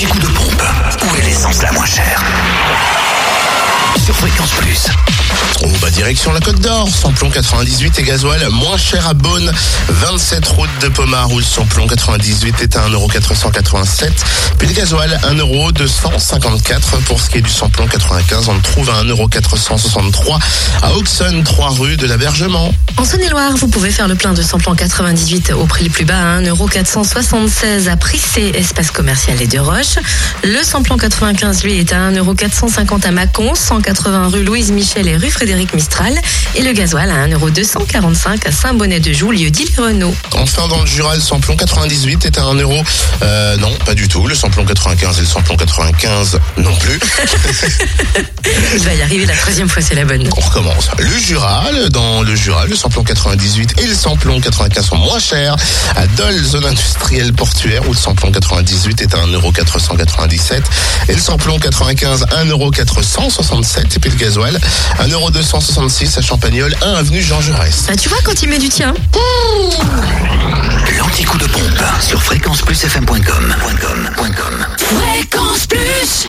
L'anti-coup de pompe. Où est l'essence la moins chère? Sur Fréquence Plus. Direction la Côte d'Or, samplon 98 et gasoil moins cher à Beaune, 27 route de Pommard où le samplon 98 est à 1,487 €. Puis le gasoil 1,254 €. Pour ce qui est du samplon 95, on le trouve à 1,463 € à Auxonne, 3 rue de l'Abergement. En Saône-et-Loire, vous pouvez faire le plein de samplon 98 au prix le plus bas à 1,476 € à Prissé, espace commercial Les Deux Roches. Le samplon 95, lui, est à 1,450 € à Mâcon, 180 rue Louise Michel et rue Frédéric Mistral. Et le gasoil à 1,245 € à Saint-Bonnet-de-Joux, lieu-dit les Renault. Enfin, dans le Jura, le samplon 98 est à 1 €. Non, pas du tout. Le samplon 95 et le samplon 95 non plus. Il va y arriver la 3e fois, c'est la bonne. On recommence. Le Jura, dans le Jura, le samplon 98 et le samplon 95 sont moins chers. À Dole, zone industrielle portuaire, où le samplon 98 est à 1,497 € et le samplon 95 1,467 € et puis le gasoil 1,266 € à Champagnole, 1 avenue Jean Jaurès. Tu vois quand il met du tien. L'anti-coup de pompe.